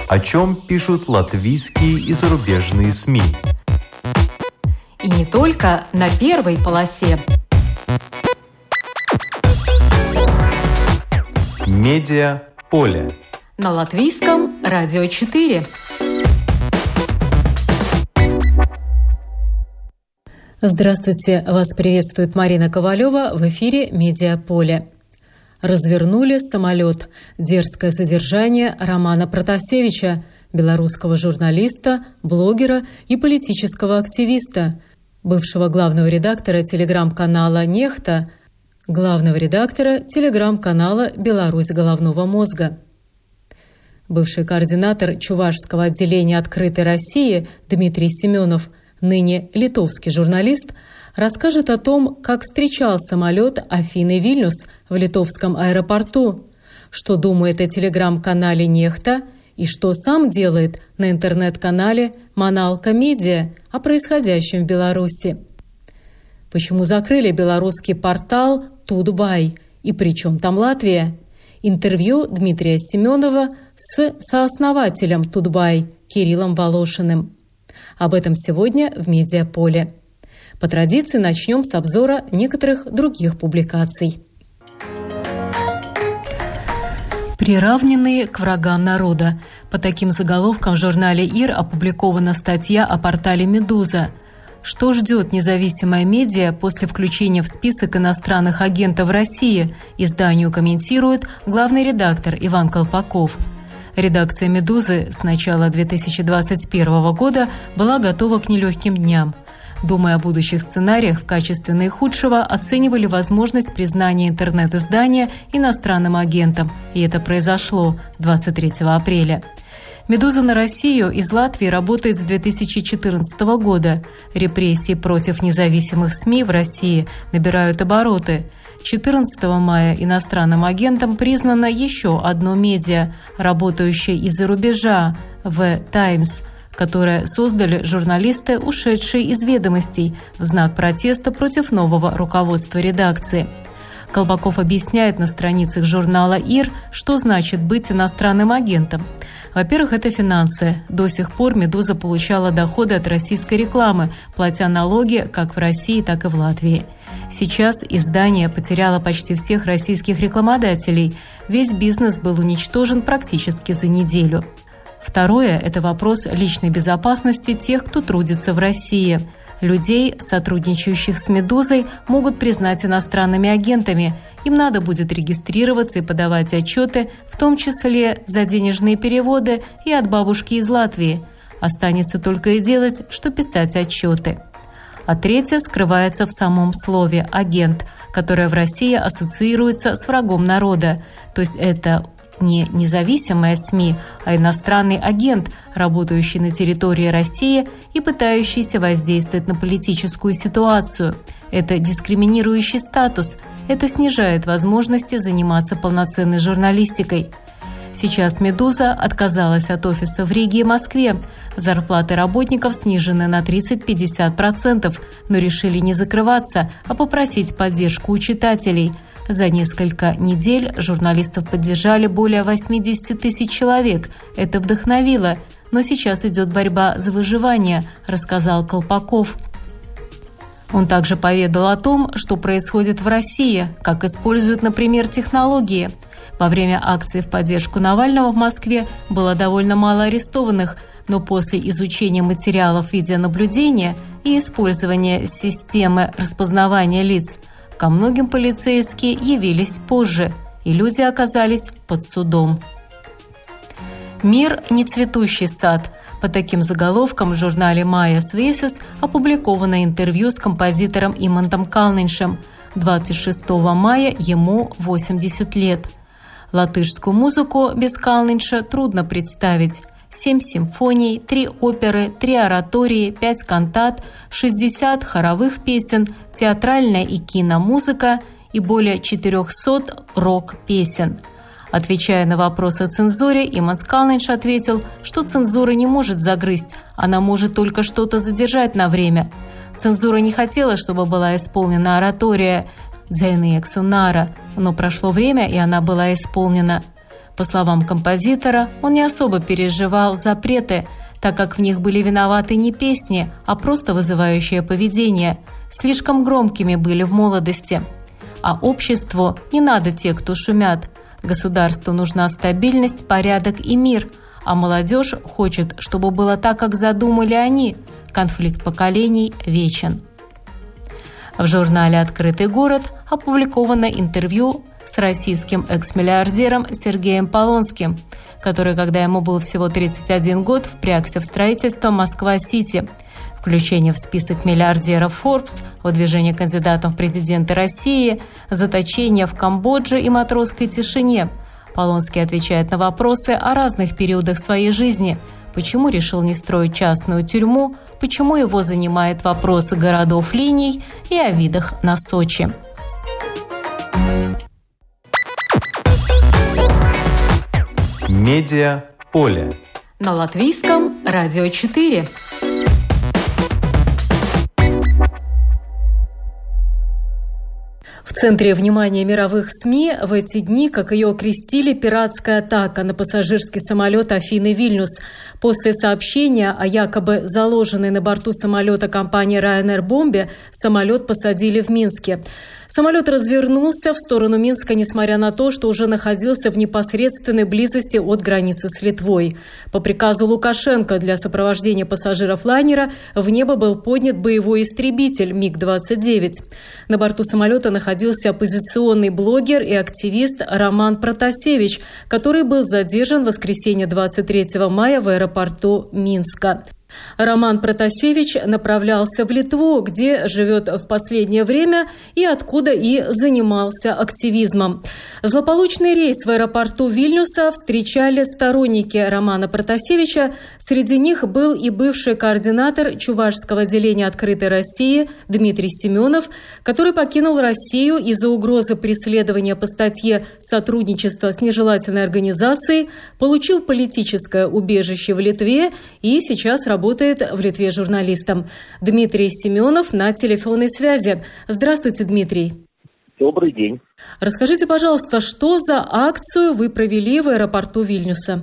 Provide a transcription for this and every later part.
О чем пишут латвийские и зарубежные СМИ. И не только на первой полосе. Медиаполе. На Латвийском радио 4. Здравствуйте! Вас приветствует Марина Ковалева в эфире «Медиаполе». Развернули самолет. Дерзкое задержание Романа Протасевича, белорусского журналиста, блогера и политического активиста, бывшего главного редактора телеграм-канала «Нехта», главного редактора телеграм-канала «Беларусь головного мозга». Бывший координатор Чувашского отделения «Открытой России» Дмитрий Семенов, ныне литовский журналист, расскажет о том, как встречал самолет Афины-Вильнюс в литовском аэропорту, что думает о телеграм-канале «Нехта» и что сам делает на интернет-канале «Маналка Медиа» о происходящем в Беларуси. Почему закрыли белорусский портал «Тутбай» и при чем там Латвия? Интервью Дмитрия Семенова с сооснователем «Тутбай» Кириллом Волошиным. Об этом сегодня в «Медиаполе». По традиции начнем с обзора некоторых других публикаций. Приравненные к врагам народа. По таким заголовкам в журнале «Ир» опубликована статья о портале «Медуза». Что ждет независимое медиа после включения в список иностранных агентов России, изданию комментирует главный редактор Иван Колпаков. Редакция «Медузы» с начала 2021 года была готова к нелегким дням. Думая о будущих сценариях, в качестве наихудшего оценивали возможность признания интернет-издания иностранным агентом, и это произошло 23 апреля. «Медуза» на Россию из Латвии работает с 2014 года. Репрессии против независимых СМИ в России набирают обороты. 14 мая иностранным агентом признано еще одно медиа, работающее из-за рубежа, The Times, которое создали журналисты, ушедшие из «Ведомостей», в знак протеста против нового руководства редакции. Колпаков объясняет на страницах журнала «Ир», что значит быть иностранным агентом. Во-первых, это финансы. До сих пор «Медуза» получала доходы от российской рекламы, платя налоги как в России, так и в Латвии. Сейчас издание потеряло почти всех российских рекламодателей. Весь бизнес был уничтожен практически за неделю. Второе – это вопрос личной безопасности тех, кто трудится в России. Людей, сотрудничающих с «Медузой», могут признать иностранными агентами. Им надо будет регистрироваться и подавать отчеты, в том числе за денежные переводы и от бабушки из Латвии. Останется только и делать, что писать отчеты. А третье скрывается в самом слове «агент», которое в России ассоциируется с врагом народа. То есть это не независимая СМИ, а иностранный агент, работающий на территории России и пытающийся воздействовать на политическую ситуацию. Это дискриминирующий статус. Это снижает возможности заниматься полноценной журналистикой. Сейчас «Медуза» отказалась от офиса в Риге и Москве. Зарплаты работников снижены на 30-50%, но решили не закрываться, а попросить поддержку у читателей. За несколько недель журналистов поддержали более 80 тысяч человек. Это вдохновило. Но сейчас идет борьба за выживание, рассказал Колпаков. Он также поведал о том, что происходит в России, как используют, например, технологии. Во время акции в поддержку Навального в Москве было довольно мало арестованных, но после изучения материалов видеонаблюдения и использования системы распознавания лиц ко многим полицейские явились позже, и люди оказались под судом. «Мир – не цветущий сад». По таким заголовкам в журнале «Майя Свесис» опубликовано интервью с композитором Имантом Калниншем. 26 мая ему 80 лет. Латышскую музыку без Калнинша трудно представить. 7 симфоний, 3 оперы, 3 оратории, 5 кантат, 60 хоровых песен, театральная и киномузыка и более 400 рок-песен. Отвечая на вопрос о цензуре, Иманс Калнинш ответил, что цензура не может загрызть, она может только что-то задержать на время. Цензура не хотела, чтобы была исполнена оратория «Дзэйны Эксунара», но прошло время, и она была исполнена. По словам композитора, он не особо переживал запреты, так как в них были виноваты не песни, а просто вызывающее поведение. Слишком громкими были в молодости. А обществу не надо те, кто шумят. Государству нужна стабильность, порядок и мир, а молодежь хочет, чтобы было так, как задумали они. Конфликт поколений вечен. В журнале «Открытый город» опубликовано интервью с российским экс-миллиардером Сергеем Полонским, который, когда ему было всего 31 год, впрягся в строительство Москва-Сити. Включение в список миллиардеров Forbes, выдвижение кандидатом в президенты России, заточение в Камбодже и матросской тишине. Полонский отвечает на вопросы о разных периодах своей жизни. Почему решил не строить частную тюрьму, почему его занимает вопросы городов-линий и о видах на Сочи. Медиаполе. На Латвийском радио 4. В центре внимания мировых СМИ в эти дни, как ее окрестили, пиратская атака на пассажирский самолет Афины-Вильнюс. После сообщения о якобы заложенной на борту самолета компании Ryanair бомбе самолет посадили в Минске. Самолет развернулся в сторону Минска, несмотря на то, что уже находился в непосредственной близости от границы с Литвой. По приказу Лукашенко для сопровождения пассажиров лайнера в небо был поднят боевой истребитель МиГ-29. На борту самолета находился оппозиционный блогер и активист Роман Протасевич, который был задержан в воскресенье 23 мая в аэропорту Минска. Роман Протасевич направлялся в Литву, где живет в последнее время и откуда и занимался активизмом. Злополучный рейс в аэропорту Вильнюса встречали сторонники Романа Протасевича. Среди них был и бывший координатор Чувашского отделения «Открытой России» Дмитрий Семенов, который покинул Россию из-за угрозы преследования по статье «Сотрудничество с нежелательной организацией», получил политическое убежище в Литве и сейчас работает в Литве журналистом. Дмитрий Семенов на телефонной связи. Здравствуйте, Дмитрий. Добрый день. Расскажите, пожалуйста, что за акцию вы провели в аэропорту Вильнюса?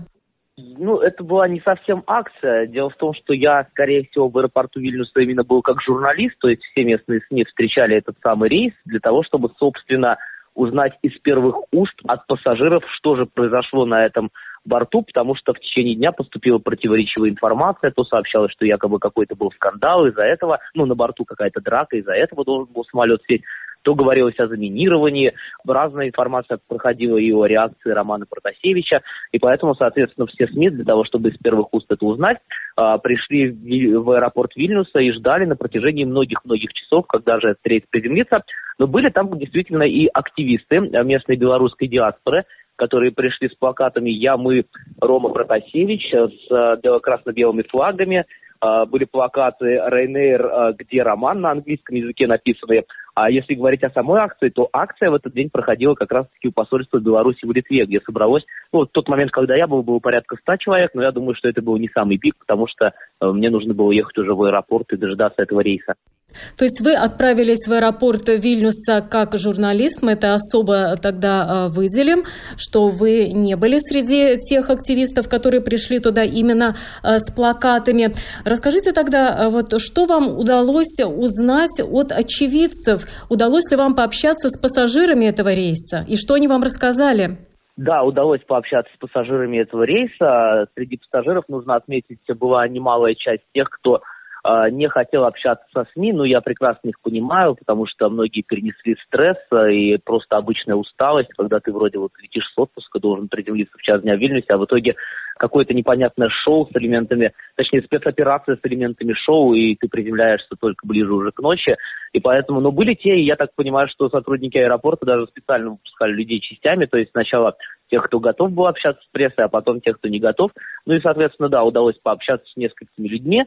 Это была не совсем акция. Дело в том, что я, скорее всего, в аэропорту Вильнюса именно был как журналист, то есть все местные СМИ встречали этот самый рейс для того, чтобы, собственно, узнать из первых уст от пассажиров, что же произошло на этом борту, потому что в течение дня поступила противоречивая информация, то сообщалось, что якобы какой-то был скандал из-за этого, на борту какая-то драка, из-за этого должен был самолет сесть, то говорилось о заминировании, разная информация проходила и о реакции Романа Протасевича, и поэтому, соответственно, все СМИ для того, чтобы из первых уст это узнать, пришли в аэропорт Вильнюса и ждали на протяжении многих-многих часов, когда же этот рейс приземлится, но были там действительно и активисты местной белорусской диаспоры, которые пришли с плакатами «Я, мы, Рома Протасевич», с красно-белыми флагами. Были плакаты «Ryanair, где Роман» на английском языке написанные. А если говорить о самой акции, то акция в этот день проходила как раз-таки у посольства Беларуси в Литве, где собралось, в тот момент, когда я был, было порядка 100 человек, но я думаю, что это был не самый пик, потому что мне нужно было ехать уже в аэропорт и дожидаться этого рейса. То есть вы отправились в аэропорт Вильнюса как журналист, мы это особо тогда выделим, что вы не были среди тех активистов, которые пришли туда именно с плакатами. Расскажите тогда, что вам удалось узнать от очевидцев? Удалось ли вам пообщаться с пассажирами этого рейса? И что они вам рассказали? Да, удалось пообщаться с пассажирами этого рейса. Среди пассажиров, нужно отметить, была немалая часть тех, кто не хотел общаться со СМИ, но я прекрасно их понимаю, потому что многие перенесли стресс и просто обычная усталость, когда ты вроде летишь с отпуска, должен приземлиться в час дня в Вильнюсе, а в итоге какое-то непонятное шоу с элементами, точнее спецоперация с элементами шоу, и ты приземляешься только ближе уже к ночи. И поэтому, были те, и я так понимаю, что сотрудники аэропорта даже специально выпускали людей частями, то есть сначала тех, кто готов был общаться с прессой, а потом тех, кто не готов. И, соответственно, да, удалось пообщаться с несколькими людьми.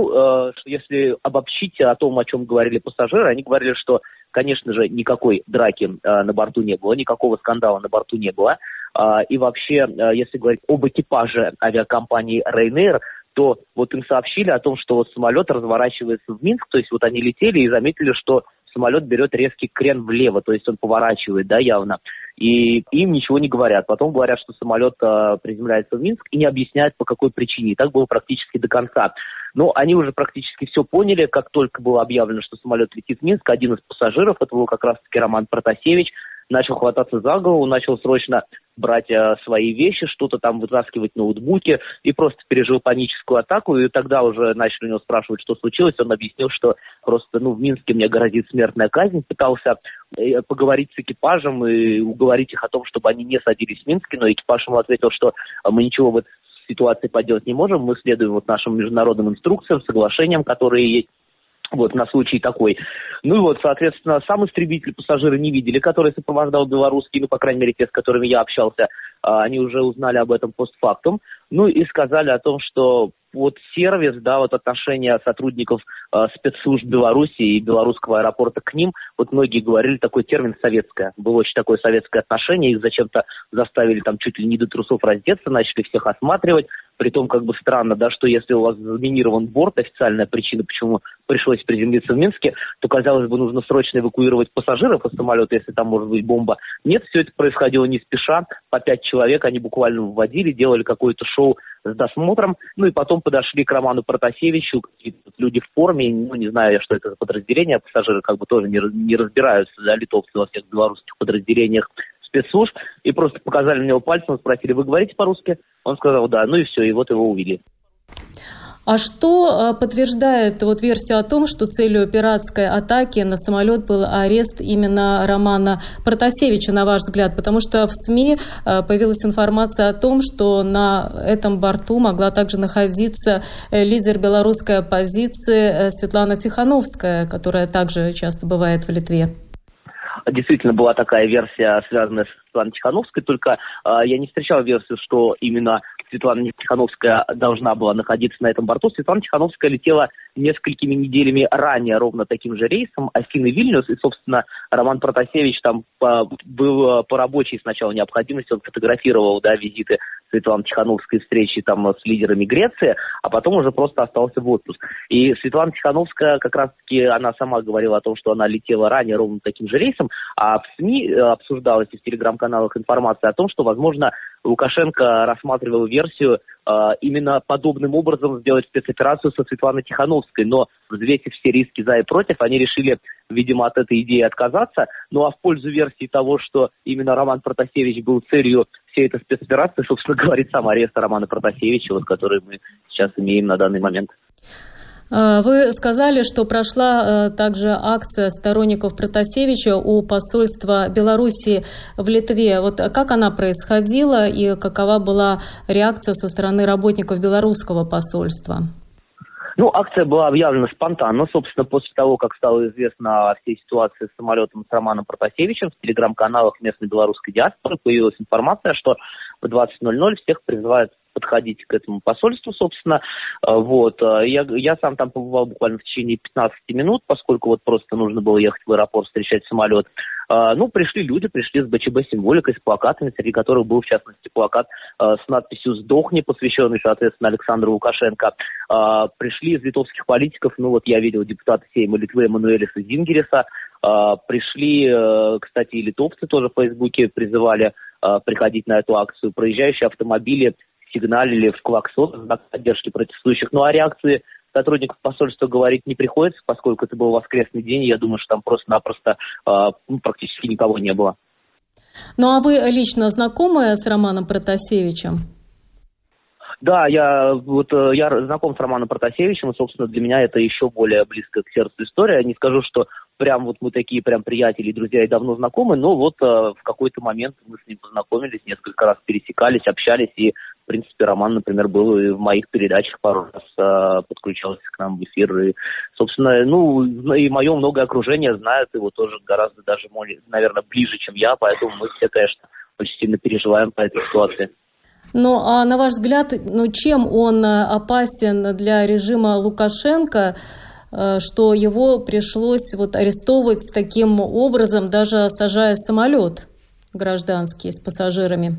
Если обобщить о том, о чем говорили пассажиры, они говорили, что, конечно же, никакой драки на борту не было, никакого скандала на борту не было. И вообще, если говорить об экипаже авиакомпании Ryanair, то им сообщили о том, что самолет разворачивается в Минск, то есть они летели и заметили, что самолет берет резкий крен влево, то есть он поворачивает, да, явно. И им ничего не говорят. Потом говорят, что самолет приземляется в Минск и не объясняют, по какой причине. И так было практически до конца. Но они уже практически все поняли, как только было объявлено, что самолет летит в Минск. Один из пассажиров, это был как раз-таки Роман Протасевич, начал хвататься за голову, начал срочно брать свои вещи, что-то там вытаскивать, ноутбуки, и просто пережил паническую атаку. И тогда уже начали у него спрашивать, что случилось. Он объяснил, что просто, в Минске мне грозит смертная казнь. Пытался поговорить с экипажем и уговорить их о том, чтобы они не садились в Минске, но экипаж ему ответил, что мы ничего в этой ситуации поделать не можем, мы следуем нашим международным инструкциям, соглашениям, которые есть. На случай такой. Соответственно, сам истребитель пассажиры не видели, который сопровождал белорусский, по крайней мере, те, с которыми я общался, они уже узнали об этом постфактум, и сказали о том, что сервис, отношения сотрудников спецслужб Беларуси и белорусского аэропорта к ним, многие говорили такой термин «советское». Было очень такое советское отношение, их зачем-то заставили там чуть ли не до трусов раздеться, начали всех осматривать. Притом, странно, что если у вас заминирован борт, официальная причина, почему пришлось приземлиться в Минске, то, казалось бы, нужно срочно эвакуировать пассажиров из самолета, если там может быть бомба. Нет, все это происходило не спеша. По 5 человек они буквально вводили, делали какое-то шоу с досмотром. И потом подошли к Роману Протасевичу, какие-то люди в форме, не знаю, что это за подразделение, пассажиры тоже не разбираются, литовцы во всех белорусских подразделениях спецслужб, и просто показали на него пальцем, спросили: вы говорите по-русски? Он сказал: да, и все, и его увели. А что подтверждает версию о том, что целью пиратской атаки на самолет был арест именно Романа Протасевича, на ваш взгляд? Потому что в СМИ появилась информация о том, что на этом борту могла также находиться лидер белорусской оппозиции Светлана Тихановская, которая также часто бывает в Литве. Действительно, была такая версия, связанная с Светланой Тихановской, только я не встречал версию, что именно Светлана Тихановская должна была находиться на этом борту. Светлана Тихановская летела несколькими неделями ранее ровно таким же рейсом Афины-Вильнюс, и, собственно, Роман Протасевич там был по рабочей сначала необходимости, он фотографировал визиты Светланы Тихановской, встречи там с лидерами Греции, а потом уже просто остался в отпуск. И Светлана Тихановская, как раз-таки, она сама говорила о том, что она летела ранее ровно таким же рейсом, а в СМИ обсуждалась и в телеграм-каналах информация о том, что, возможно, Лукашенко рассматривал версию именно подобным образом сделать спецоперацию со Светланой Тихановской, но, взвесив все риски за и против, они решили, видимо, от этой идеи отказаться. А в пользу версии того, что именно Роман Протасевич был целью всей этой спецоперации, собственно, говорит сам арест Романа Протасевича, который мы сейчас имеем на данный момент. Вы сказали, что прошла также акция сторонников Протасевича у посольства Белоруссии в Литве. Как она происходила и какова была реакция со стороны работников белорусского посольства? Акция была объявлена спонтанно. Собственно, после того, как стало известно о всей ситуации с самолетом с Романом Протасевичем, в телеграм-каналах местной белорусской диаспоры появилась информация, что в 20:00 всех призывают подходить к этому посольству, собственно. Я сам там побывал буквально в течение 15 минут, поскольку просто нужно было ехать в аэропорт, встречать самолет. Пришли люди, пришли с БЧБ-символикой, с плакатами, среди которых был, в частности, плакат с надписью «Сдохни», посвященный, соответственно, Александру Лукашенко. Пришли из литовских политиков, я видел депутата Сейма Литвы Эммануэлиса Зингериса. Пришли, кстати, и литовцы тоже в Фейсбуке призывали приходить на эту акцию. Проезжающие автомобили сигналили в клаксон в знак поддержки протестующих. А реакции сотрудников посольства говорить не приходится, поскольку это был воскресный день, я думаю, что там просто-напросто практически никого не было. А вы лично знакомы с Романом Протасевичем? Да, я знаком с Романом Протасевичем, и, собственно, для меня это еще более близкая к сердцу история. Я не скажу, что мы такие приятели, друзья и давно знакомы, но в какой-то момент мы с ним познакомились, несколько раз пересекались, общались, и, в принципе, Роман, например, был и в моих передачах пару раз подключался к нам в эфир, и, собственно, и мое многое окружение знает его тоже гораздо даже, наверное, ближе, чем я, поэтому мы все, конечно, очень сильно переживаем по этой ситуации. А на ваш взгляд, чем он опасен для режима Лукашенко, что его пришлось арестовывать таким образом, даже сажая самолет гражданский с пассажирами?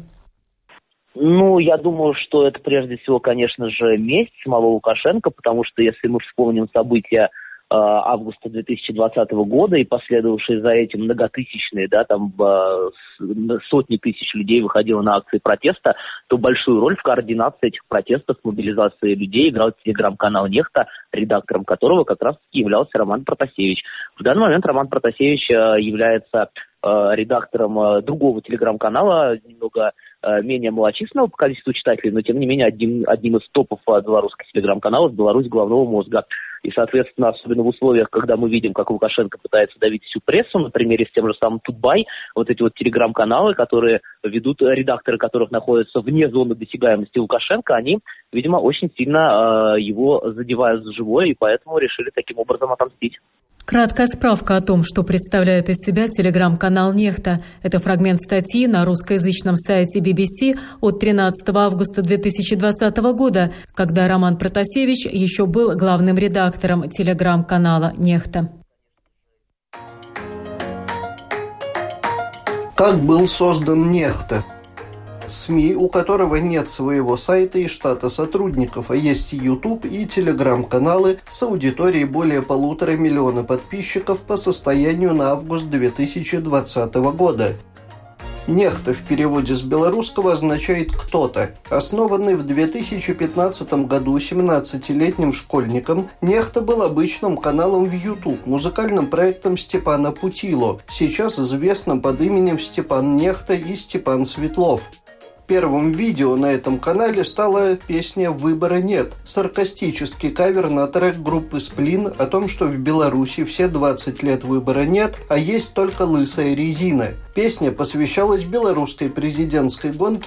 Я думаю, что это прежде всего, конечно же, месть самого Лукашенко, потому что если мы вспомним события августа 2020 года и последовавшие за этим многотысячные, сотни тысяч людей выходило на акции протеста, то большую роль в координации этих протестов, мобилизации людей играл телеграм-канал «Нехта», редактором которого как раз-таки являлся Роман Протасевич. В данный момент Роман Протасевич является редактором другого телеграм-канала, немного менее малочисленного по количеству читателей, но тем не менее одним из топов белорусских телеграм-каналов «Беларусь головного мозга». И, соответственно, особенно в условиях, когда мы видим, как Лукашенко пытается давить всю прессу, на примере с тем же самым Тутбай, вот эти вот телеграм-каналы, которые ведут, редакторы которых находятся вне зоны досягаемости Лукашенко, они, видимо, очень сильно его задевают за живое, и поэтому решили таким образом отомстить. Краткая справка о том, что представляет из себя телеграм-канал «Нехта». Это фрагмент статьи на русскоязычном сайте BBC от 13 августа 2020 года, когда Роман Протасевич еще был главным редактором телеграм-канала «Нехта». Как был создан «Нехта»? СМИ, у которого нет своего сайта и штата сотрудников, а есть YouTube и телеграм-каналы с аудиторией более 1,5 миллиона подписчиков по состоянию на август 2020 года. «Нехта» в переводе с белорусского означает «кто-то». Основанный в 2015 году 17-летним школьником, «Нехта» был обычным каналом в YouTube, музыкальным проектом Степана Путило, сейчас известным под именем Степан Нехта и Степан Светлов. Первым видео на этом канале стала песня «Выбора нет», саркастический кавер на трек группы «Сплин» о том, что в Беларуси все 20 лет выбора нет, а есть только лысая резина. Песня посвящалась белорусской президентской гонке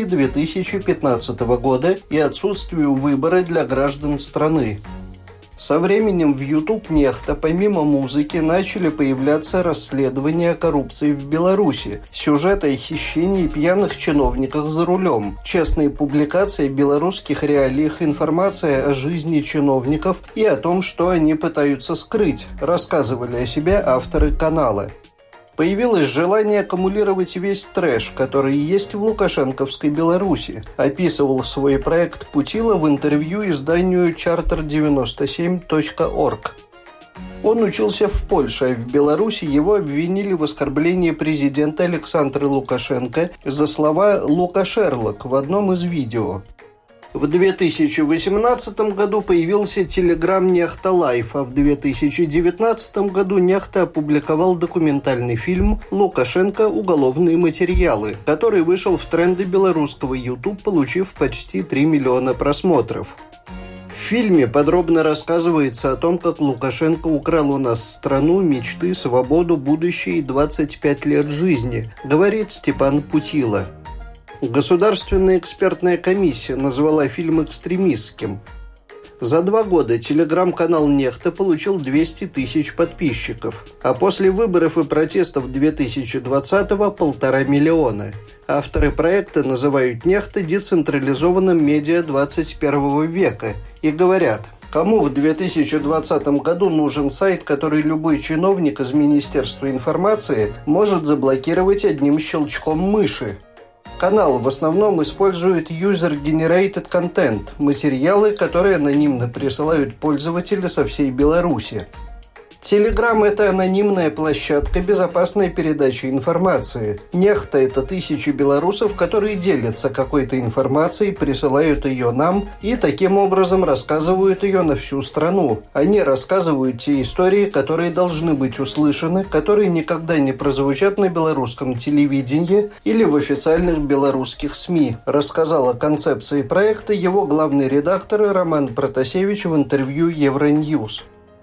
2015 года и отсутствию выбора для граждан страны. Со временем в YouTube «Нехта» помимо музыки начали появляться расследования коррупции в Беларуси, сюжеты о хищении и пьяных чиновниках за рулем, честные публикации белорусских реалиях, информация о жизни чиновников и о том, что они пытаются скрыть, рассказывали о себе авторы канала. Появилось желание аккумулировать весь трэш, который есть в лукашенковской Беларуси, описывал свой проект Путило в интервью изданию charter97.org. Он учился в Польше, а в Беларуси его обвинили в оскорблении президента Александра Лукашенко за слова «Лукашерлок» в одном из видео. В 2018 году появился телеграм «Нехта Лайф», а в 2019 году «Нехта» опубликовал документальный фильм «Лукашенко. Уголовные материалы», который вышел в тренды белорусского YouTube, получив почти 3 миллиона просмотров. В фильме подробно рассказывается о том, как Лукашенко украл у нас страну, мечты, свободу, будущее и 25 лет жизни, говорит Степан Путило. Государственная экспертная комиссия назвала фильм экстремистским. За 2 года телеграм-канал «Нехта» получил 200 тысяч подписчиков, а после выборов и протестов 2020-го – 1,5 миллиона. Авторы проекта называют «Нехта» децентрализованным медиа 21 века и говорят: кому в 2020 году нужен сайт, который любой чиновник из Министерства информации может заблокировать одним щелчком мыши? Канал в основном использует user-generated content – материалы, которые анонимно присылают пользователи со всей Беларуси. Телеграм – это анонимная площадка безопасной передачи информации. «Нехта» – это тысячи белорусов, которые делятся какой-то информацией, присылают ее нам и таким образом рассказывают ее на всю страну. Они рассказывают те истории, которые должны быть услышаны, которые никогда не прозвучат на белорусском телевидении или в официальных белорусских СМИ, рассказал о концепции проекта его главный редактор Роман Протасевич в интервью Евроньюз.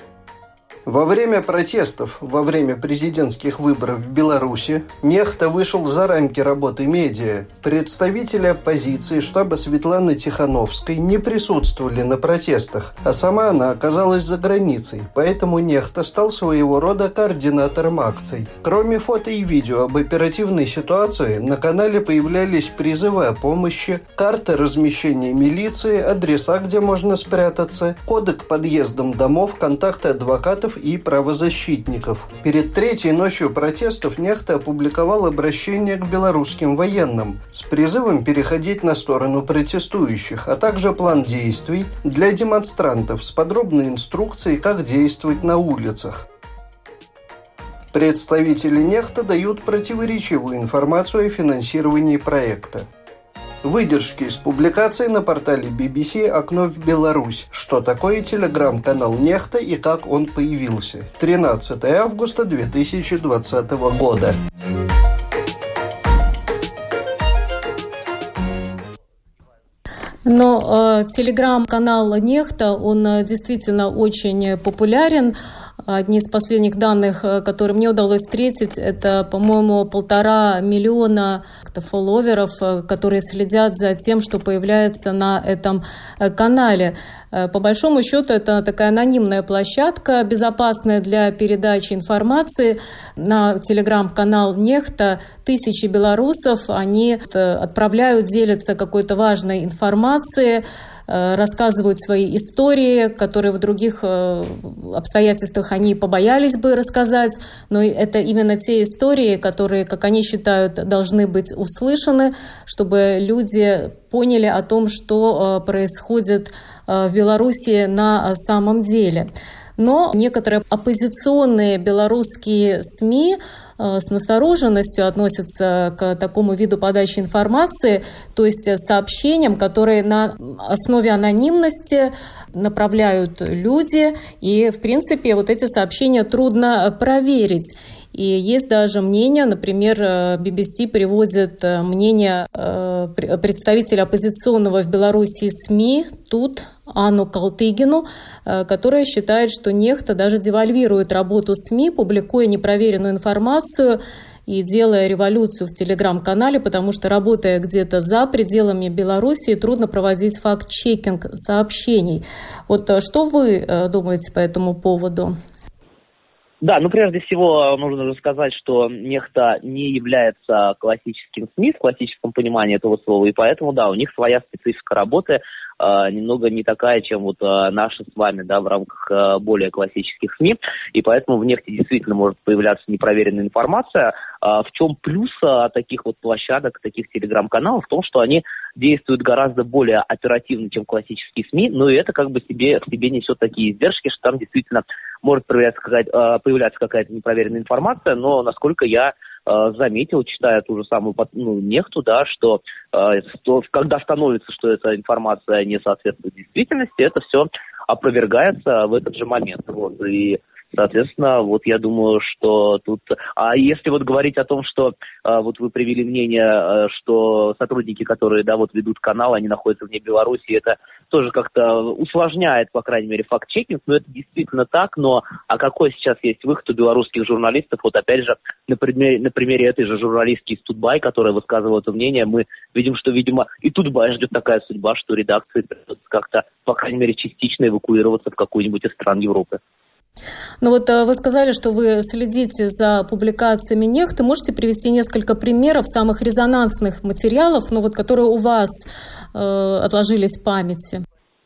Во время протестов, во время президентских выборов в Беларуси, «Нехта» вышел за рамки работы медиа. Представители оппозиции штаба Светланы Тихановской не присутствовали на протестах, а сама она оказалась за границей, поэтому «Нехта» стал своего рода координатором акций. Кроме фото и видео об оперативной ситуации, на канале появлялись призывы о помощи, карты размещения милиции, адреса, где можно спрятаться, коды к подъездам домов, контакты адвокатов журналистов и правозащитников. Перед третьей ночью протестов Нехта опубликовал обращение к белорусским военным с призывом переходить на сторону протестующих, а также план действий для демонстрантов с подробной инструкцией, как действовать на улицах. Представители Нехта дают противоречивую информацию о финансировании проекта. Выдержки из публикации на портале BBC «Окно в Беларусь». Что такое телеграм-канал Нехта и как он появился. 13 августа 2020 года. Но телеграм-канал Нехта, он действительно очень популярен. Одни из последних данных, которые мне удалось встретить, это, по-моему, 1,5 миллиона фолловеров, которые следят за тем, что появляется на этом канале. По большому счету, это такая анонимная площадка, безопасная для передачи информации. На телеграм-канал Нехта тысячи белорусов, они отправляют, делятся какой-то важной информацией, рассказывают свои истории, которые в других обстоятельствах они побоялись бы рассказать, но это именно те истории, которые, как они считают, должны быть услышаны, чтобы люди поняли о том, что происходит в Беларуси на самом деле. Но некоторые оппозиционные белорусские СМИ с настороженностью относятся к такому виду подачи информации, то есть сообщениям, которые на основе анонимности направляют люди, и, в принципе, вот эти сообщения трудно проверить. И есть даже мнение, например, BBC приводит мнение представителя оппозиционного в Беларуси СМИ ТУТ Анну Калтыгину, которая считает, что Нехта даже девальвирует работу СМИ, публикуя непроверенную информацию и делая революцию в телеграм-канале, потому что, работая где-то за пределами Беларуси, трудно проводить факт-чекинг сообщений. Вот что вы думаете по этому поводу? Да, прежде всего нужно же сказать, что Нехта не является классическим СМИ в классическом понимании этого слова, и поэтому, да, у них своя специфика работы, немного не такая, чем вот наша с вами, да, в рамках более классических СМИ, и поэтому в Нехте действительно может появляться непроверенная информация. В чем плюс таких вот площадок, таких телеграм-каналов? В том, что они действуют гораздо более оперативно, чем классические СМИ, но и это как бы в себе несет такие издержки, что там действительно может появляться какая-то непроверенная информация, но насколько я заметил, читая ту же самую Нехту, да, что когда становится, что эта информация не соответствует действительности, это все опровергается в этот же момент. Вот. И, соответственно, вот я думаю, что тут... А если вот говорить о том, что вот вы привели мнение, что сотрудники, которые, да, вот ведут канал, они находятся вне Беларуси, это тоже как-то усложняет, по крайней мере, факт-чекинг, но это действительно так, но а какой сейчас есть выход у белорусских журналистов? Вот опять же, на примере этой же журналистки из Тутбай, которая высказывала это мнение, мы видим, что, видимо, и Тутбай ждет такая судьба, что редакции придется как-то, по крайней мере, частично эвакуироваться в какую-нибудь из стран Европы. Ну вот вы сказали, что вы следите за публикациями Нехты. Можете привести несколько примеров самых резонансных материалов, которые у вас отложились в памяти?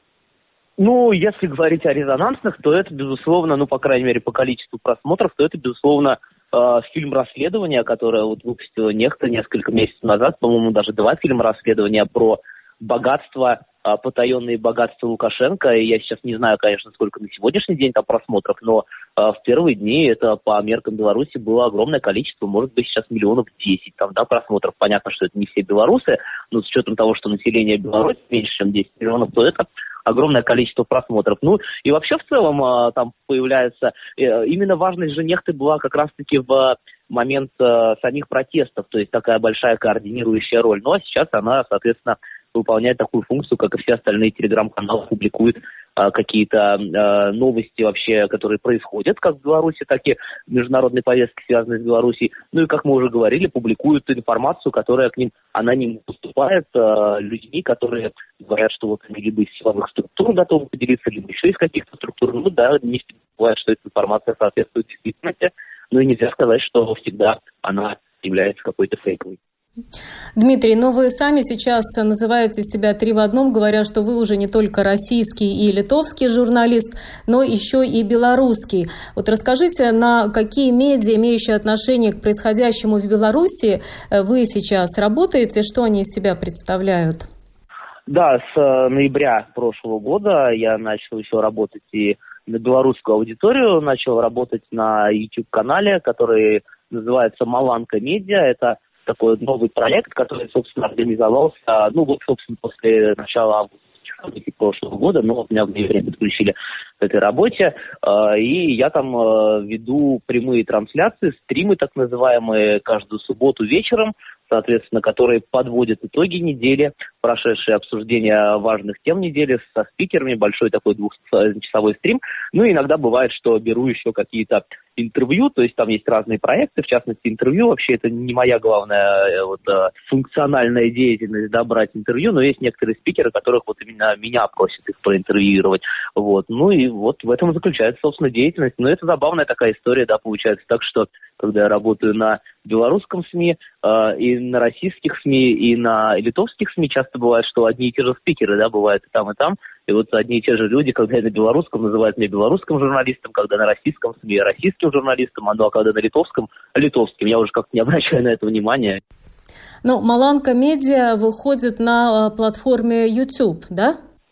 Если говорить о резонансных, то это, безусловно, по крайней мере, по количеству просмотров, то это, безусловно, фильм «Расследование», которое вот выпустила Нехта несколько месяцев назад, по-моему, даже 2 фильма «Расследования» про богатство, потаенные богатства Лукашенко. И я сейчас не знаю, конечно, сколько на сегодняшний день там просмотров, но в первые дни это по меркам Беларуси было огромное количество, может быть, сейчас 10 миллионов там, да, просмотров. Понятно, что это не все белорусы, но с учетом того, что население Беларуси меньше, чем 10 миллионов, то это огромное количество просмотров. И вообще в целом там появляется... Именно важность же Нехты была как раз-таки в момент самих протестов, то есть такая большая координирующая роль. А сейчас она, соответственно, выполняет такую функцию, как и все остальные телеграм-каналы, публикуют какие-то новости вообще, которые происходят как в Беларуси, так и международные повестки, связанные с Беларусью. И, как мы уже говорили, публикуют информацию, которая к ним анонимно поступает людьми, которые говорят, что вот они либо из силовых структур готовы поделиться, либо еще из каких-то структур. Не бывает, что эта информация соответствует действительности, но и нельзя сказать, что всегда она является какой-то фейковой. Дмитрий, но вы сами сейчас называете себя 3 в 1, говоря, что вы уже не только российский и литовский журналист, но еще и белорусский. Вот расскажите, на какие медиа, имеющие отношение к происходящему в Беларуси, вы сейчас работаете, что они из себя представляют? Да, с ноября прошлого года я начал еще работать и на белорусскую аудиторию, начал работать на YouTube-канале, который называется «Маланка Медиа». Это такой новый проект, который, собственно, организовался, собственно, после начала августа прошлого года, но меня в ноябре подключили к этой работе, и я там веду прямые трансляции, стримы так называемые, каждую субботу вечером, соответственно, которые подводят итоги недели, прошедшие обсуждения важных тем недели со спикерами, большой такой 2-часовой стрим. Ну, иногда бывает, что беру еще какие-то интервью, то есть там есть разные проекты, в частности, интервью. Вообще это не моя главная функциональная деятельность, брать интервью, но есть некоторые спикеры, которых вот именно меня просят их проинтервьюировать. Ну и вот в этом заключается, собственно, деятельность. Но это забавная такая история, получается так, что когда я работаю на белорусском СМИ, и на российских СМИ, и на литовских СМИ, часто бывает, что одни и те же спикеры, бывают и там, и там. И вот одни и те же люди, когда я на белорусском, называют меня белорусским журналистом, когда на российском СМИ российским журналистом, а когда на литовском – литовским. Я уже как-то не обращаю на это внимания. Маланка Медиа выходит на платформе YouTube, да?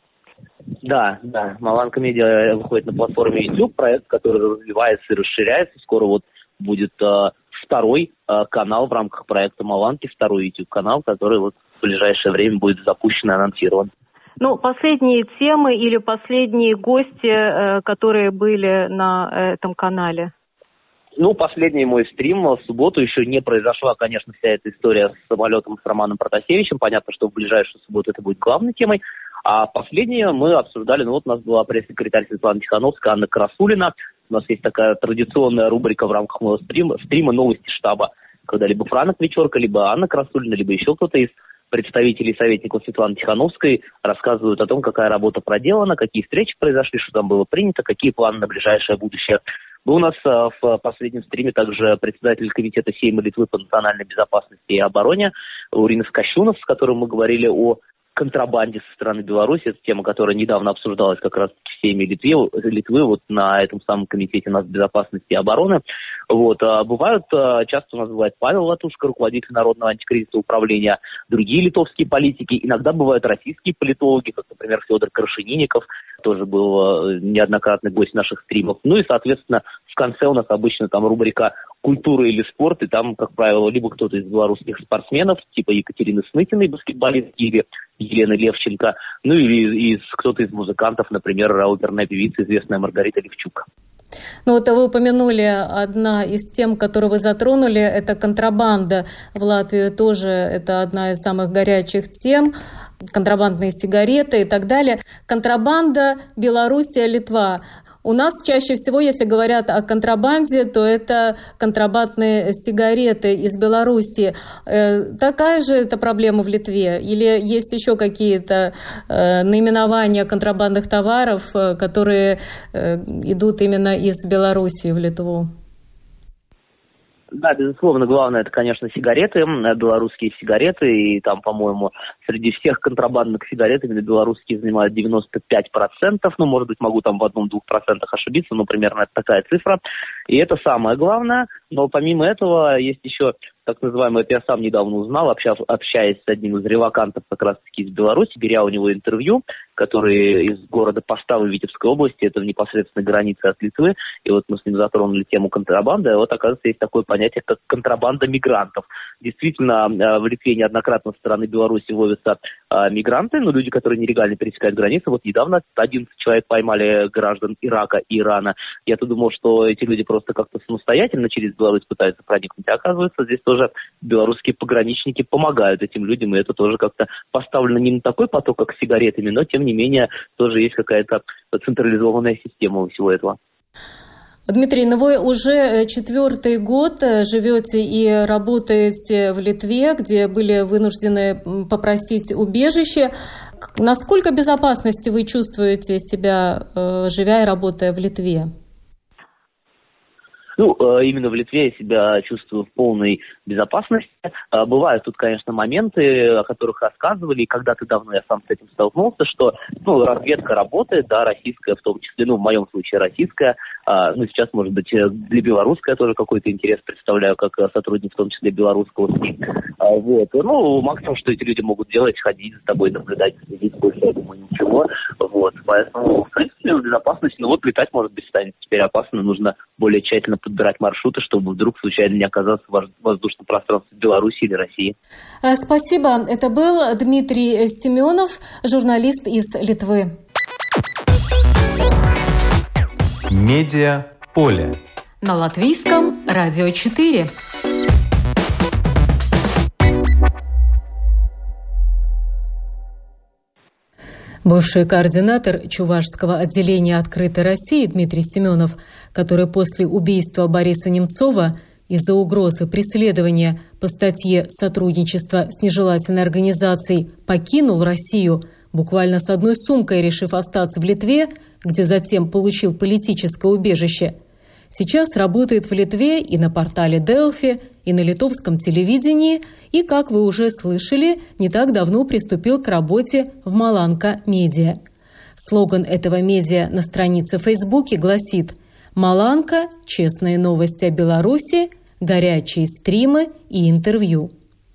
Да. Маланка Медиа выходит на платформе YouTube, проект, который развивается и расширяется. Скоро будет второй канал в рамках проекта Маланки, второй YouTube-канал, который в ближайшее время будет запущен и анонсирован. Последние темы или последние гости, которые были на этом канале? Последний мой стрим в субботу, еще не произошла, конечно, вся эта история с самолетом с Романом Протасевичем. Понятно, что в ближайшую субботу это будет главной темой. А последнее мы обсуждали, у нас была пресс-секретарь Светлана Тихановская, Анна Красулина. У нас есть такая традиционная рубрика в рамках моего стрима «Новости штаба», когда либо Франок Вечерка, либо Анна Красулина, либо еще кто-то из представителей и советников Светланы Тихановской рассказывают о том, какая работа проделана, какие встречи произошли, что там было принято, какие планы на ближайшее будущее. Был у нас в последнем стриме также председатель комитета Сейма Литвы по национальной безопасности и обороне Уринас Кощунов, с которым мы говорили о контрабанде со стороны Беларуси. Это тема, которая недавно обсуждалась как раз в Сейме Литвы на этом самом комитете безопасности и обороны. Бывают, часто у нас бывает Павел Латушко, руководитель Народного антикризисного управления, другие литовские политики, иногда бывают российские политологи, как, например, Федор Крашенинников, тоже был неоднократный гость наших стримов. И, соответственно, в конце у нас обычно там рубрика «Культура или спорт», и там, как правило, либо кто-то из белорусских спортсменов, типа Екатерины Снытиной, баскетболистки, или Елены Левченко, или кто-то из музыкантов, например, оперная певица, известная Маргарита Левчук. Вы упомянули, одна из тем, которую вы затронули, это контрабанда. В Латвии тоже это одна из самых горячих тем. Контрабандные сигареты и так далее. Контрабанда, Белоруссия, Литва. У нас чаще всего, если говорят о контрабанде, то это контрабандные сигареты из Белоруссии. Такая же это проблема в Литве? Или есть еще какие-то наименования контрабандных товаров, которые идут именно из Белоруссии в Литву? Да, безусловно, главное, это, конечно, сигареты, белорусские сигареты, и там, по-моему, среди всех контрабандных сигарет именно белорусские занимают 95%, может быть, могу там в 1-2% ошибиться, но примерно это такая цифра, и это самое главное, но помимо этого есть еще так называемый, это я сам недавно узнал, общаясь с одним из релокантов как раз-таки из Беларуси, беря у него интервью, который из города Поставы Витебской области, это в непосредственной границе от Литвы, и мы с ним затронули тему контрабанды, оказывается, есть такое понятие, как контрабанда мигрантов. Действительно, в Литве неоднократно со стороны Беларуси ловятся мигранты, люди, которые нелегально пересекают границу. Недавно 11 человек поймали граждан Ирака и Ирана. Я-то думал, что эти люди просто как-то самостоятельно через Беларусь пытаются проникнуть, а оказывается, здесь тоже белорусские пограничники помогают этим людям, и это тоже как-то поставлено не на такой поток, как с сигаретами, но, тем не менее, тоже есть какая-то централизованная система всего этого. Дмитрий, вы уже 4-й год живете и работаете в Литве, где были вынуждены попросить убежище. Насколько безопасности вы чувствуете себя, живя и работая в Литве? Именно в Литве я себя чувствую в полной безопасности. Бывают тут, конечно, моменты, о которых рассказывали, и когда-то давно я сам с этим столкнулся, что, разведка работает, да, российская в том числе, в моем случае российская, сейчас, может быть, для белорусской я тоже какой-то интерес представляю, как сотрудник, в том числе белорусского СМИ. Максимум, что эти люди могут делать, ходить за тобой, наблюдать, следить, больше, я думаю, ничего. Поэтому, в принципе, безопасность, летать, может быть, станет теперь опасно, нужно более тщательно подбирать маршруты, чтобы вдруг случайно не оказаться в воздушном пространстве Беларуси или России. Спасибо. Это был Дмитрий Семенов, журналист из Литвы. Медиаполе. На Латвийском радио 4. Бывший координатор Чувашского отделения «Открытой России» Дмитрий Семенов, который после убийства Бориса Немцова из-за угрозы преследования по статье «Сотрудничество с нежелательной организацией» покинул Россию, буквально с одной сумкой решив остаться в Литве, где затем получил политическое убежище, сейчас работает в Литве и на портале Delfi, и на литовском телевидении, и, как вы уже слышали, не так давно приступил к работе в Маланка Медиа. Слоган этого медиа на странице в Фейсбуке гласит «Маланка. Честные новости о Беларуси, горячие стримы и интервью».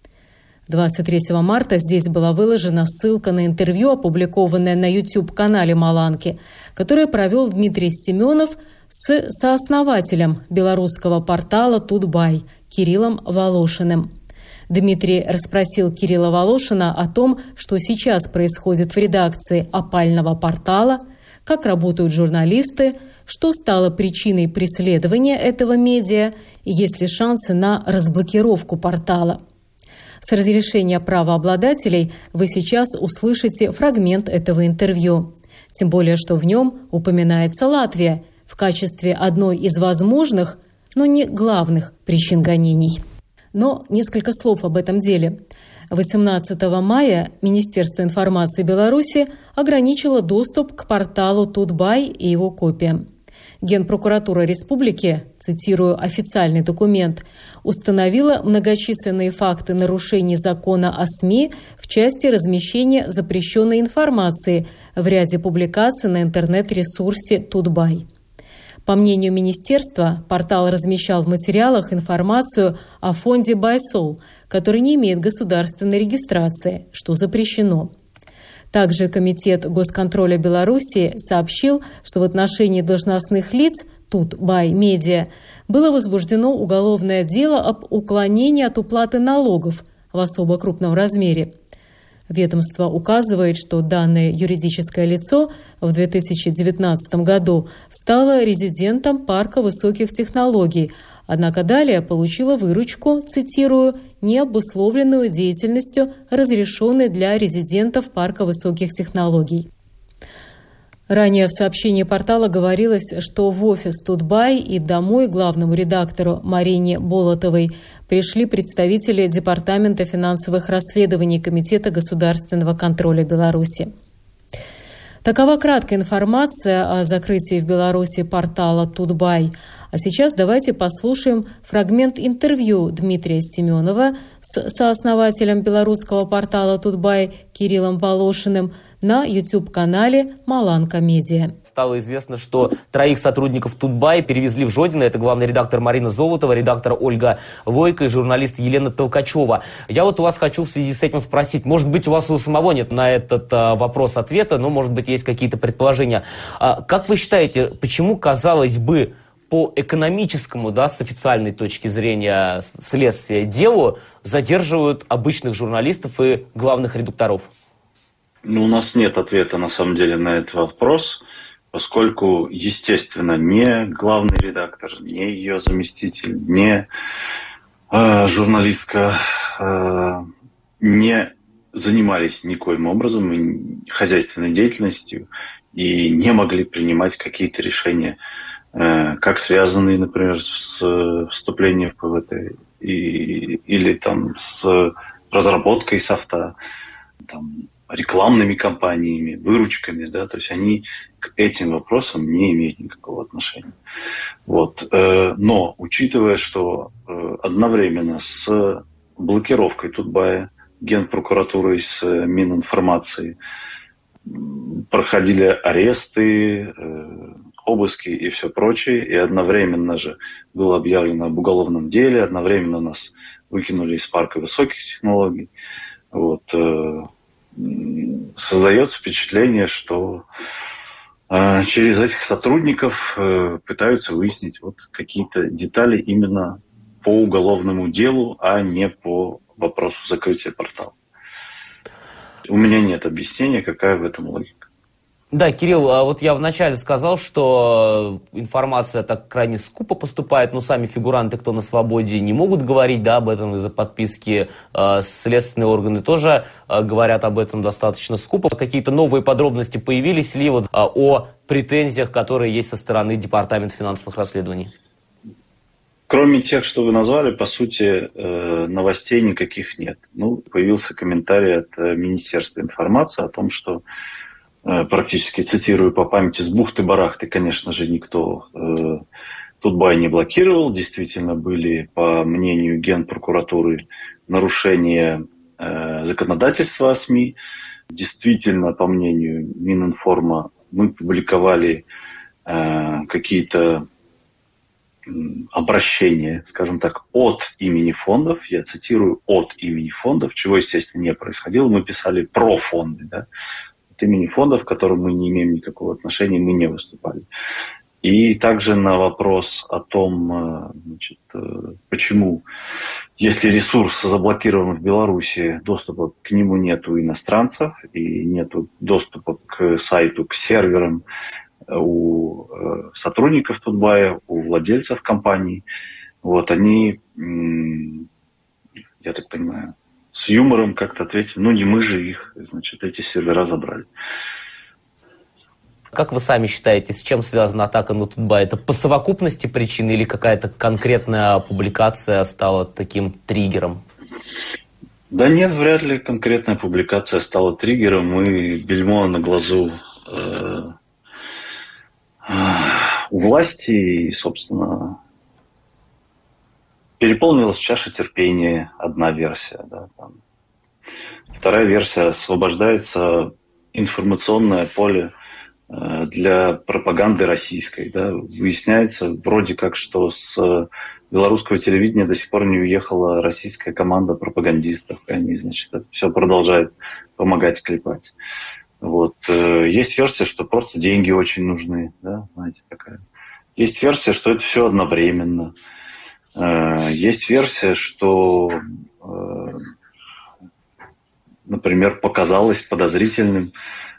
23 марта здесь была выложена ссылка на интервью, опубликованное на YouTube-канале Маланки, которое провел Дмитрий Семенов с сооснователем белорусского портала «Тутбай» Кириллом Волошиным. Дмитрий расспросил Кирилла Волошина о том, что сейчас происходит в редакции опального портала, как работают журналисты, что стало причиной преследования этого медиа и есть ли шансы на разблокировку портала. С разрешения правообладателей вы сейчас услышите фрагмент этого интервью. Тем более, что в нем упоминается Латвия в качестве одной из возможных, но не главных причин гонений. Но несколько слов об этом деле. 18 мая Министерство информации Беларуси ограничило доступ к порталу Тутбай и его копиям. Генпрокуратура республики, цитирую официальный документ, установила многочисленные факты нарушений закона о СМИ в части размещения запрещенной информации в ряде публикаций на интернет-ресурсе Тутбай. По мнению министерства, портал размещал в материалах информацию о фонде Байсол, который не имеет государственной регистрации, что запрещено. Также Комитет госконтроля Беларуси сообщил, что в отношении должностных лиц Тутбай Медиа было возбуждено уголовное дело об уклонении от уплаты налогов в особо крупном размере. Ведомство указывает, что данное юридическое лицо в 2019 году стало резидентом парка высоких технологий, однако далее получило выручку, цитирую, необусловленную деятельностью, разрешенной для резидентов парка высоких технологий. Ранее в сообщении портала говорилось, что в офис Тутбай и домой главному редактору Марине Болотовой пришли представители Департамента финансовых расследований Комитета государственного контроля Беларуси. Такова краткая информация о закрытии в Беларуси портала Тутбай. А сейчас давайте послушаем фрагмент интервью Дмитрия Семенова с сооснователем белорусского портала Тутбай Кириллом Волошиным на YouTube-канале Маланка Медиа. Стало известно, что 3 сотрудников Тутбай перевезли в Жодино. Это главный редактор Марина Золотова, редактор Ольга Войко и журналист Елена Толкачева. Я у вас хочу в связи с этим спросить, может быть, у вас у самого нет на этот вопрос ответа, но, может быть, есть какие-то предположения. Как вы считаете, почему, казалось бы, по экономическому, с официальной точки зрения следствия, делу задерживают обычных журналистов и главных редакторов? У нас нет ответа, на самом деле, на этот вопрос, поскольку, естественно, ни главный редактор, ни ее заместитель, ни журналистка не занимались никоим образом хозяйственной деятельностью и не могли принимать какие-то решения, как связанные, например, с вступлением в ПВТ или с разработкой софта, рекламными кампаниями, выручками, да, то есть они к этим вопросам не имеют никакого отношения. Вот. Но, учитывая, что одновременно с блокировкой Тутбая Генпрокуратурой, с Мининформацией проходили аресты, обыски и все прочее, и одновременно же было объявлено об уголовном деле, одновременно нас выкинули из парка высоких технологий. Вот. Создается впечатление, что через этих сотрудников пытаются выяснить вот какие-то детали именно по уголовному делу, а не по вопросу закрытия портала. У меня нет объяснения, какая в этом логика. Да, Кирилл, вот я вначале сказал, что информация так крайне скупо поступает, но сами фигуранты, кто на свободе, не могут говорить, да, об этом из-за подписки. Следственные органы тоже говорят об этом достаточно скупо. Какие-то новые подробности появились ли вот о претензиях, которые есть со стороны Департамента финансовых расследований? Кроме тех, что вы назвали, по сути, новостей никаких нет. Ну, появился комментарий от Министерства информации о том, что практически, цитирую по памяти, с бухты-барахты, конечно же, никто Тутбай не блокировал. Действительно, были, по мнению Генпрокуратуры, нарушения законодательства о СМИ. Действительно, по мнению Мининформа, мы публиковали какие-то обращения, скажем так, от имени фондов. Я цитирую, от имени фондов, чего, естественно, не происходило. Мы писали про фонды, да. От имени фондов, к которым мы не имеем никакого отношения, мы не выступали. И также на вопрос о том, значит, почему, если ресурс заблокирован в Беларуси, доступа к нему нет у иностранцев и нет доступа к сайту, к серверам у сотрудников Тутбая, у владельцев компаний. Вот они, я так понимаю, с юмором как-то ответили, ну не мы же их, значит, эти сервера забрали. Как вы сами считаете, с чем связана атака на Тутбай? Это по совокупности причин или какая-то конкретная публикация стала таким триггером? Да нет, вряд ли конкретная публикация стала триггером. И бельмо на глазу у власти, и, собственно, переполнилась чаша терпения, одна версия. Да, там. Вторая версия: освобождается информационное поле для пропаганды российской. Да. Выясняется вроде как, что с белорусского телевидения до сих пор не уехала российская команда пропагандистов. И они, значит, это все продолжают помогать клепать. Вот. Есть версия, что просто деньги очень нужны. Да, знаете, такая. Есть версия, что это все одновременно. Есть версия, что, например, показалось подозрительным,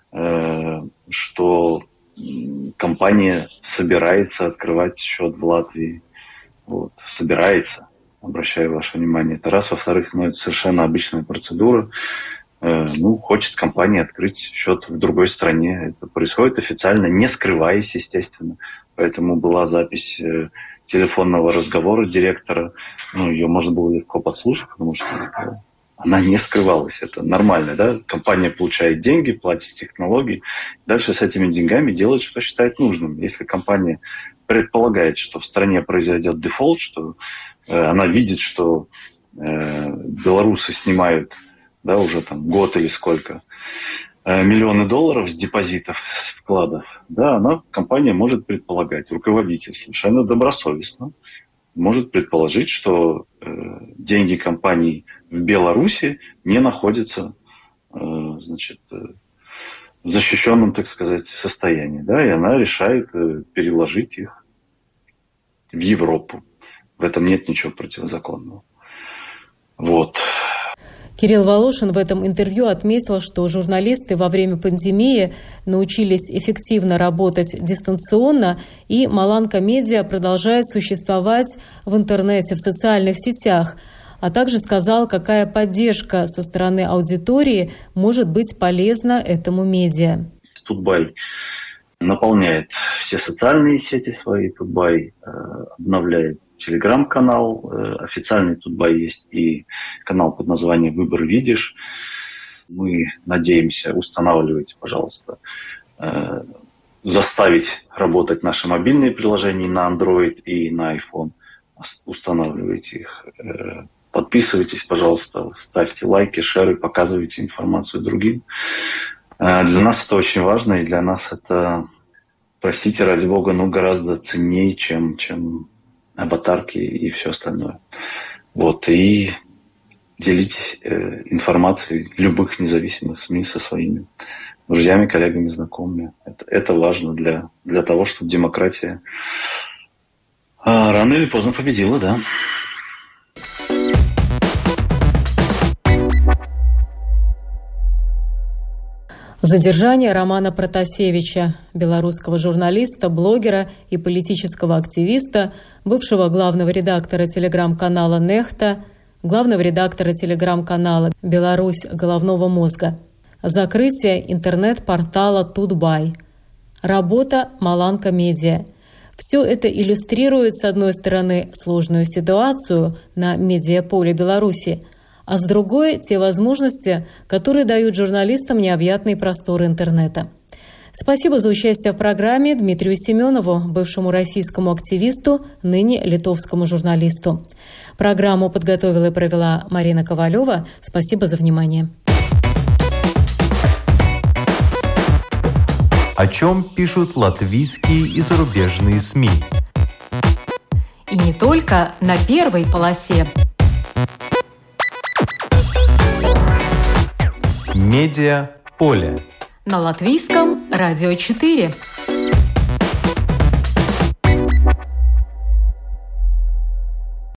что компания собирается открывать счет в Латвии. Вот. Собирается, обращаю ваше внимание. Это раз. Во-вторых, это совершенно обычная процедура. Хочет компания открыть счет в другой стране. Это происходит официально, не скрываясь, естественно. Поэтому была запись телефонного разговора директора. Ее можно было легко подслушать, потому что она не скрывалась. Это нормально, да? Компания получает деньги, платит технологии. Дальше с этими деньгами делает, что считает нужным. Если компания предполагает, что в стране произойдет дефолт, что она видит, что белорусы снимают, да, уже там год или сколько, миллионы долларов с депозитов, с вкладов, да, компания может предполагать, руководитель совершенно добросовестно может предположить, что деньги компании в Беларуси не находятся, значит, в защищенном, так сказать, состоянии, да, и она решает переложить их в Европу. В этом нет ничего противозаконного. Вот. Кирилл Волошин в этом интервью отметил, что журналисты во время пандемии научились эффективно работать дистанционно, и Маланка Медиа продолжает существовать в интернете, в социальных сетях, а также сказал, какая поддержка со стороны аудитории может быть полезна этому медиа. Тутбай наполняет все социальные сети свои, Тутбай обновляет телеграм-канал, официальный Тутбай есть и канал под названием «Выбор видишь». Мы надеемся, устанавливайте, пожалуйста, заставить работать наши мобильные приложения на Android и на iPhone. Устанавливайте их. Подписывайтесь, пожалуйста, ставьте лайки, шеры, показывайте информацию другим. Для нас это очень важно, и для нас это, простите, ради бога, гораздо ценнее, чем аватарки и все остальное. Вот, и делитесь информацией любых независимых СМИ со своими друзьями, коллегами, знакомыми. Это важно для того, чтобы демократия рано или поздно победила, да. Задержание Романа Протасевича, белорусского журналиста, блогера и политического активиста, бывшего главного редактора телеграм-канала «Нехта», главного редактора телеграм-канала «Беларусь головного мозга», закрытие интернет-портала «Тутбай», работа «Маланка Медиа». Все это иллюстрирует, с одной стороны, сложную ситуацию на медиаполе Беларуси, а с другой – те возможности, которые дают журналистам необъятные просторы интернета. Спасибо за участие в программе Дмитрию Семенову, бывшему российскому активисту, ныне литовскому журналисту. Программу подготовила и провела Марина Ковалева. Спасибо за внимание. О чем пишут латвийские и зарубежные СМИ? И не только на первой полосе. Медиаполе. На Латвийском радио 4.